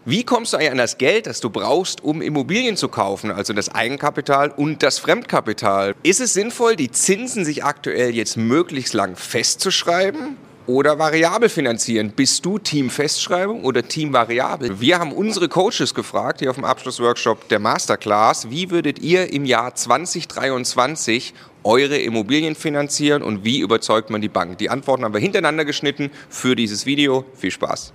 Wie kommst du eigentlich an das Geld, das du brauchst, um Immobilien zu kaufen, also das Eigenkapital und das Fremdkapital? Ist es sinnvoll, die Zinsen sich aktuell jetzt möglichst lang festzuschreiben oder variabel finanzieren? Bist du Team Festschreibung oder Team Variabel? Wir haben unsere Coaches gefragt, hier auf dem Abschlussworkshop der Masterclass, wie würdet ihr im Jahr 2023 eure Immobilien finanzieren und wie überzeugt man die Bank? Die Antworten haben wir hintereinander geschnitten für dieses Video. Viel Spaß!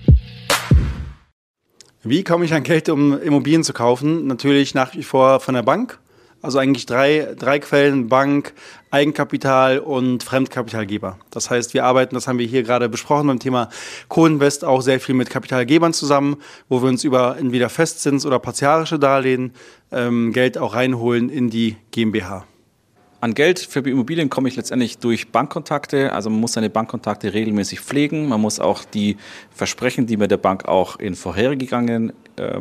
Wie komme ich an Geld, um Immobilien zu kaufen? Natürlich nach wie vor von der Bank. Also eigentlich drei Quellen: Bank, Eigenkapital und Fremdkapitalgeber. Das heißt, wir arbeiten, das haben wir hier gerade besprochen beim Thema Co-Invest, auch sehr viel mit Kapitalgebern zusammen, wo wir uns über entweder Festzins oder partiarische Darlehen Geld auch reinholen in die GmbH. An Geld für Immobilien komme ich letztendlich durch Bankkontakte. Also man muss seine Bankkontakte regelmäßig pflegen. Man muss auch die Versprechen, die man der Bank auch in vorhergegangenen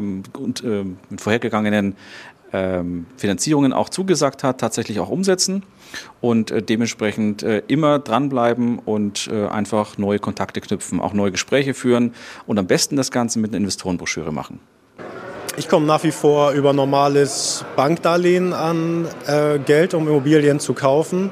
Finanzierungen auch zugesagt hat, tatsächlich auch umsetzen und dementsprechend immer dranbleiben und einfach neue Kontakte knüpfen, auch neue Gespräche führen und am besten das Ganze mit einer Investorenbroschüre machen. Ich komme nach wie vor über normales Bankdarlehen an Geld, um Immobilien zu kaufen.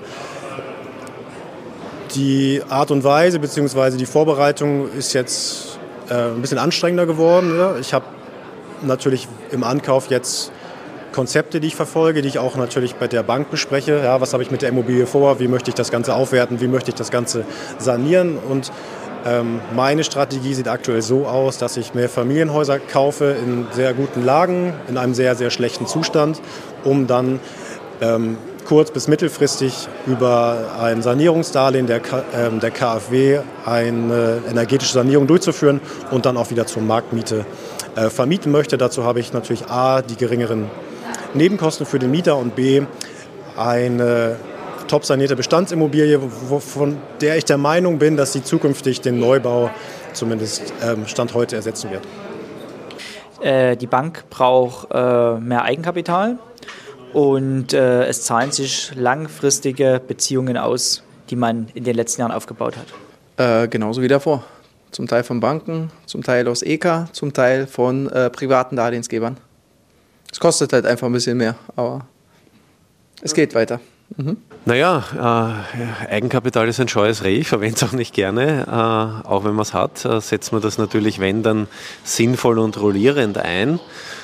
Die Art und Weise bzw. die Vorbereitung ist jetzt ein bisschen anstrengender geworden. Ja. Ich habe natürlich im Ankauf jetzt Konzepte, die ich verfolge, die ich auch natürlich bei der Bank bespreche. Ja, was habe ich mit der Immobilie vor? Wie möchte ich das Ganze aufwerten? Wie möchte ich das Ganze sanieren? Und meine Strategie sieht aktuell so aus, dass ich mehr Familienhäuser kaufe in sehr guten Lagen, in einem sehr, sehr schlechten Zustand, um dann kurz- bis mittelfristig über ein Sanierungsdarlehen der KfW eine energetische Sanierung durchzuführen und dann auch wieder zur Marktmiete vermieten möchte. Dazu habe ich natürlich A, die geringeren Nebenkosten für den Mieter und B, eine top sanierte Bestandsimmobilie, von der ich der Meinung bin, dass sie zukünftig den Neubau zumindest Stand heute ersetzen wird. Die Bank braucht mehr Eigenkapital und es zahlen sich langfristige Beziehungen aus, die man in den letzten Jahren aufgebaut hat. Genauso wie davor. Zum Teil von Banken, zum Teil aus EK, zum Teil von privaten Darlehensgebern. Es kostet halt einfach ein bisschen mehr, aber es geht weiter. Mhm. Naja, Eigenkapital ist ein scheues Reh, ich verwende es auch nicht gerne. Auch wenn man es hat, setzt man das natürlich, wenn, dann sinnvoll und rollierend ein.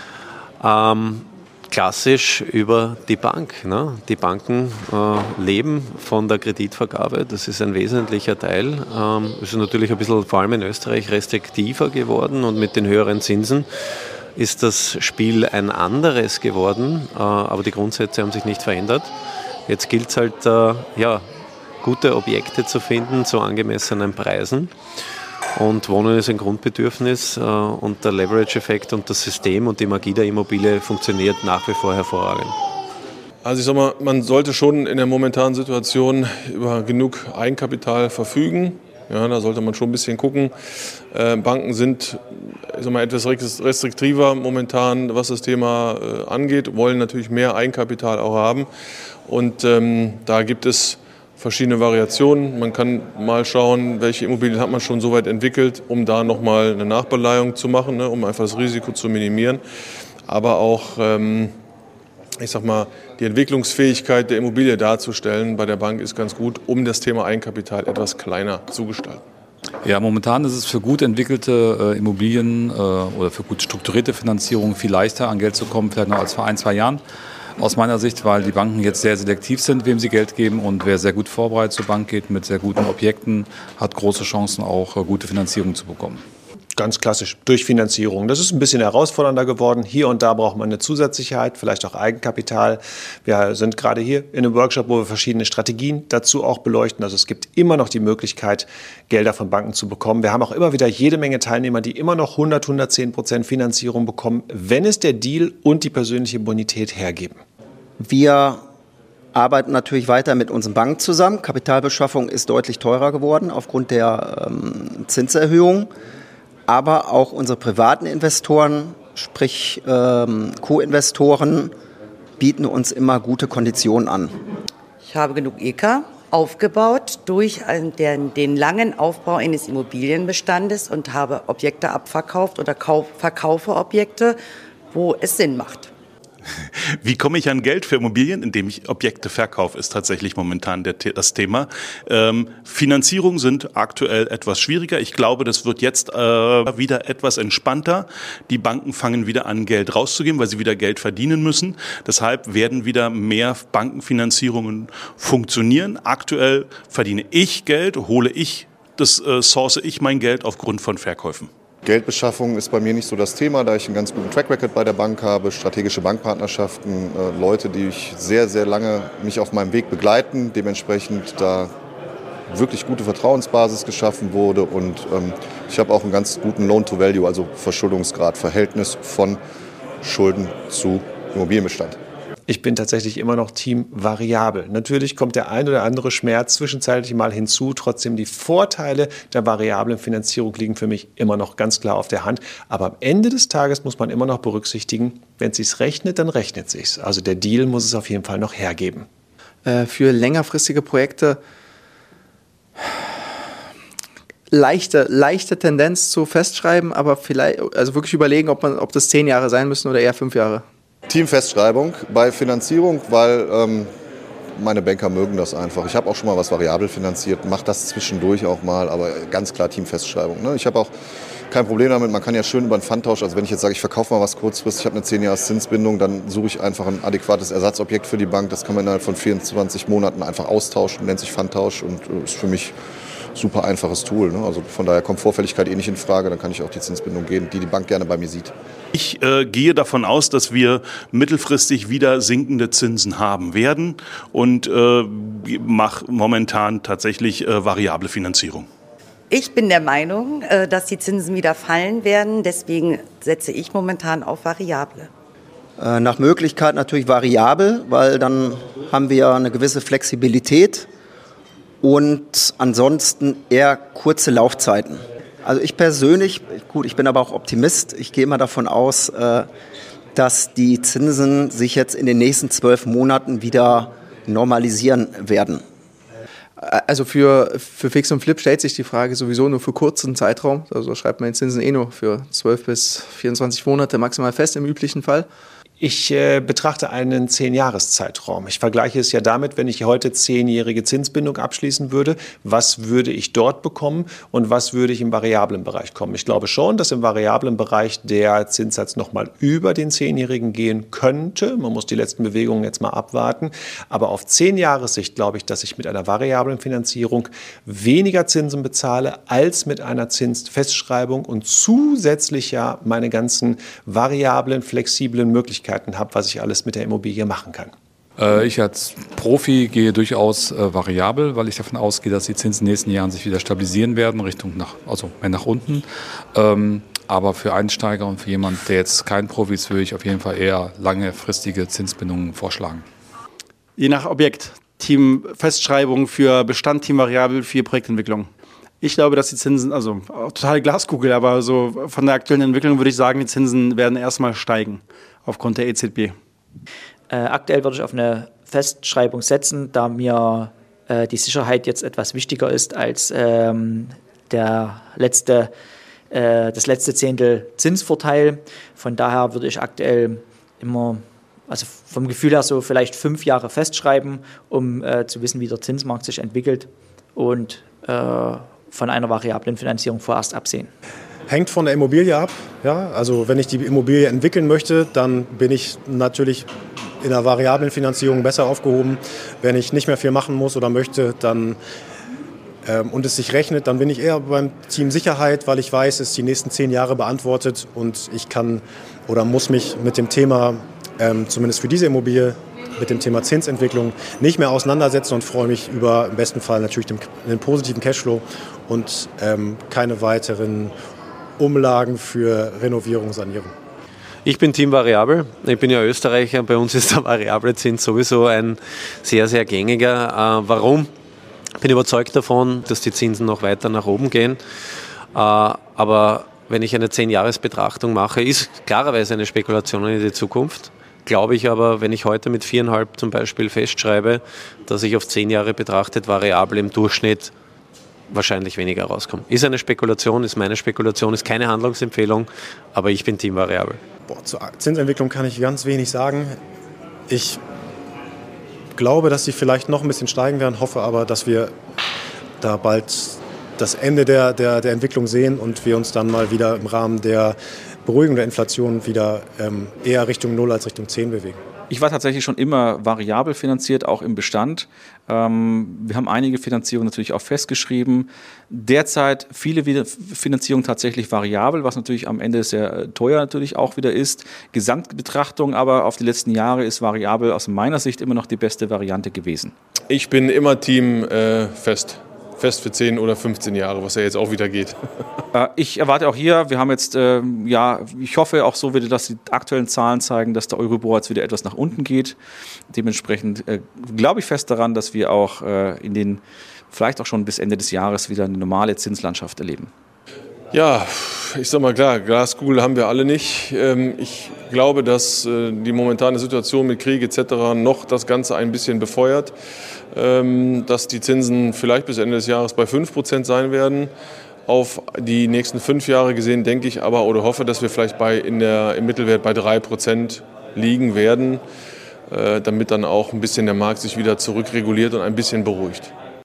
Klassisch über die Bank. Ne? Die Banken leben von der Kreditvergabe, das ist ein wesentlicher Teil. Es ist natürlich ein bisschen, vor allem in Österreich, restriktiver geworden und mit den höheren Zinsen ist das Spiel ein anderes geworden, aber die Grundsätze haben sich nicht verändert. Jetzt gilt es halt, gute Objekte zu finden zu angemessenen Preisen. Und Wohnen ist ein Grundbedürfnis und der Leverage-Effekt und das System und die Magie der Immobilie funktioniert nach wie vor hervorragend. Also ich sag mal, man sollte schon in der momentanen Situation über genug Eigenkapital verfügen. Ja, da sollte man schon ein bisschen gucken. Banken sind etwas restriktiver momentan, was das Thema angeht, wollen natürlich mehr Eigenkapital auch haben. Und da gibt es verschiedene Variationen. Man kann mal schauen, welche Immobilien hat man schon so weit entwickelt, um da nochmal eine Nachbeleihung zu machen, ne, um einfach das Risiko zu minimieren. Aber auch, die Entwicklungsfähigkeit der Immobilie darzustellen bei der Bank ist ganz gut, um das Thema Eigenkapital etwas kleiner zu gestalten. Ja, momentan ist es für gut entwickelte Immobilien oder für gut strukturierte Finanzierung viel leichter an Geld zu kommen, vielleicht noch als vor 1-2 Jahren. Aus meiner Sicht, weil die Banken jetzt sehr selektiv sind, wem sie Geld geben, und wer sehr gut vorbereitet zur Bank geht mit sehr guten Objekten, hat große Chancen, auch gute Finanzierung zu bekommen. Ganz klassisch durch Finanzierung. Das ist ein bisschen herausfordernder geworden. Hier und da braucht man eine Zusatzsicherheit, vielleicht auch Eigenkapital. Wir sind gerade hier in einem Workshop, wo wir verschiedene Strategien dazu auch beleuchten. Also es gibt immer noch die Möglichkeit, Gelder von Banken zu bekommen. Wir haben auch immer wieder jede Menge Teilnehmer, die immer noch 110% Finanzierung bekommen, wenn es der Deal und die persönliche Bonität hergeben. Wir arbeiten natürlich weiter mit unseren Banken zusammen. Kapitalbeschaffung ist deutlich teurer geworden aufgrund der Zinserhöhung. Aber auch unsere privaten Investoren, sprich Co-Investoren, bieten uns immer gute Konditionen an. Ich habe genug EK, aufgebaut durch den langen Aufbau eines Immobilienbestandes und habe Objekte abverkauft oder verkaufe Objekte, wo es Sinn macht. Wie komme ich an Geld für Immobilien? Indem ich Objekte verkaufe, ist tatsächlich momentan das Thema. Finanzierungen sind aktuell etwas schwieriger. Ich glaube, das wird jetzt wieder etwas entspannter. Die Banken fangen wieder an, Geld rauszugeben, weil sie wieder Geld verdienen müssen. Deshalb werden wieder mehr Bankenfinanzierungen funktionieren. Aktuell verdiene ich Geld, source ich mein Geld aufgrund von Verkäufen. Geldbeschaffung ist bei mir nicht so das Thema, da ich einen ganz guten Track Record bei der Bank habe, strategische Bankpartnerschaften, Leute, die ich sehr, sehr lange mich auf meinem Weg begleiten, dementsprechend da wirklich gute Vertrauensbasis geschaffen wurde und ich habe auch einen ganz guten Loan-to-Value, also Verschuldungsgrad, Verhältnis von Schulden zu Immobilienbestand. Ich bin tatsächlich immer noch Team variabel. Natürlich kommt der ein oder andere Schmerz zwischenzeitlich mal hinzu. Trotzdem die Vorteile der variablen Finanzierung liegen für mich immer noch ganz klar auf der Hand. Aber am Ende des Tages muss man immer noch berücksichtigen, wenn es sich rechnet, dann rechnet es sich. Also der Deal muss es auf jeden Fall noch hergeben. Für längerfristige Projekte leichte Tendenz zu festschreiben, aber vielleicht also wirklich überlegen, ob das 10 Jahre sein müssen oder eher 5 Jahre. Teamfestschreibung bei Finanzierung, weil meine Banker mögen das einfach. Ich habe auch schon mal was variabel finanziert, mache das zwischendurch auch mal, aber ganz klar Teamfestschreibung. Ne? Ich habe auch kein Problem damit, man kann ja schön über einen Pfandtausch, also wenn ich jetzt sage, ich verkaufe mal was kurzfristig, ich habe eine 10-Jahres-Zinsbindung, dann suche ich einfach ein adäquates Ersatzobjekt für die Bank. Das kann man innerhalb von 24 Monaten einfach austauschen, nennt sich Pfandtausch und ist für mich super einfaches Tool. Ne? Also von daher kommt Vorfälligkeit nicht in Frage, dann kann ich auch die Zinsbindung gehen, die Bank gerne bei mir sieht. Ich gehe davon aus, dass wir mittelfristig wieder sinkende Zinsen haben werden und mache momentan tatsächlich variable Finanzierung. Ich bin der Meinung, dass die Zinsen wieder fallen werden. Deswegen setze ich momentan auf Variable. Nach Möglichkeit natürlich variabel, weil dann haben wir eine gewisse Flexibilität und ansonsten eher kurze Laufzeiten. Also ich persönlich, gut, ich bin aber auch Optimist, ich gehe mal davon aus, dass die Zinsen sich jetzt in den nächsten 12 Monaten wieder normalisieren werden. Also für Fix und Flip stellt sich die Frage sowieso nur für kurzen Zeitraum. Also schreibt man die Zinsen nur für 12 bis 24 Monate maximal fest im üblichen Fall. Ich betrachte einen 10-Jahres-Zeitraum. Ich vergleiche es ja damit, wenn ich heute 10-jährige Zinsbindung abschließen würde, was würde ich dort bekommen und was würde ich im variablen Bereich kommen. Ich glaube schon, dass im variablen Bereich der Zinssatz nochmal über den 10-jährigen gehen könnte. Man muss die letzten Bewegungen jetzt mal abwarten. Aber auf 10-Jahressicht glaube ich, dass ich mit einer variablen Finanzierung weniger Zinsen bezahle als mit einer Zinsfestschreibung und zusätzlich ja meine ganzen variablen, flexiblen Möglichkeiten habe, was ich alles mit der Immobilie machen kann. Ich als Profi gehe durchaus variabel, weil ich davon ausgehe, dass die Zinsen in den nächsten Jahren sich wieder stabilisieren werden, also mehr nach unten. Aber für Einsteiger und für jemanden, der jetzt kein Profi ist, würde ich auf jeden Fall eher langfristige Zinsbindungen vorschlagen. Je nach Objekt, Teamfestschreibung für Bestand, Teamvariabel für Projektentwicklung. Ich glaube, dass die Zinsen, also total Glaskugel, aber so von der aktuellen Entwicklung würde ich sagen, die Zinsen werden erstmal steigen aufgrund der EZB. Aktuell würde ich auf eine Festschreibung setzen, da mir die Sicherheit jetzt etwas wichtiger ist als das letzte Zehntel Zinsvorteil. Von daher würde ich aktuell immer, also vom Gefühl her so vielleicht 5 Jahre festschreiben, um zu wissen, wie der Zinsmarkt sich entwickelt und von einer variablen Finanzierung vorerst absehen. Hängt von der Immobilie ab. Ja? Also wenn ich die Immobilie entwickeln möchte, dann bin ich natürlich in der variablen Finanzierung besser aufgehoben. Wenn ich nicht mehr viel machen muss oder möchte, dann und es sich rechnet, dann bin ich eher beim Team Sicherheit, weil ich weiß, es ist die nächsten 10 Jahre beantwortet und ich kann oder muss mich mit dem Thema, zumindest für diese Immobilie, mit dem Thema Zinsentwicklung nicht mehr auseinandersetzen und freue mich über im besten Fall natürlich den positiven Cashflow und keine weiteren Umlagen für Renovierung, Sanierung. Ich bin Team Variabel. Ich bin ja Österreicher. Bei uns ist der variable Zins sowieso ein sehr, sehr gängiger. Warum? Ich bin überzeugt davon, dass die Zinsen noch weiter nach oben gehen. Aber wenn ich eine 10-Jahres-Betrachtung mache, ist klarerweise eine Spekulation in die Zukunft. glaube ich aber, wenn ich heute mit 4,5 zum Beispiel festschreibe, dass ich auf 10 Jahre betrachtet variabel im Durchschnitt wahrscheinlich weniger rauskomme. Ist eine Spekulation, ist meine Spekulation, ist keine Handlungsempfehlung, aber ich bin Team variabel. Zur Zinsentwicklung kann ich ganz wenig sagen. Ich glaube, dass sie vielleicht noch ein bisschen steigen werden, hoffe aber, dass wir da bald das Ende der Entwicklung sehen und wir uns dann mal wieder im Rahmen der Beruhigung der Inflation wieder eher Richtung 0 als Richtung 10 bewegen. Ich war tatsächlich schon immer variabel finanziert, auch im Bestand. Wir haben einige Finanzierungen natürlich auch festgeschrieben. Derzeit viele Finanzierungen tatsächlich variabel, was natürlich am Ende sehr teuer natürlich auch wieder ist. Gesamtbetrachtung aber auf die letzten Jahre ist variabel aus meiner Sicht immer noch die beste Variante gewesen. Ich bin immer Team fest. Fest für 10 oder 15 Jahre, was ja jetzt auch wieder geht. Ich erwarte auch hier, wir haben jetzt, ich hoffe auch so wieder, dass die aktuellen Zahlen zeigen, dass der Euribor jetzt wieder etwas nach unten geht. Dementsprechend glaube ich fest daran, dass wir auch vielleicht auch schon bis Ende des Jahres wieder eine normale Zinslandschaft erleben. Ja, ich sag mal klar, Glaskugel haben wir alle nicht. Ich glaube, dass die momentane Situation mit Krieg etc. noch das Ganze ein bisschen befeuert, dass die Zinsen vielleicht bis Ende des Jahres bei 5% sein werden. Auf die nächsten 5 Jahre gesehen denke ich aber oder hoffe, dass wir vielleicht im Mittelwert bei 3% liegen werden, damit dann auch ein bisschen der Markt sich wieder zurückreguliert und ein bisschen beruhigt.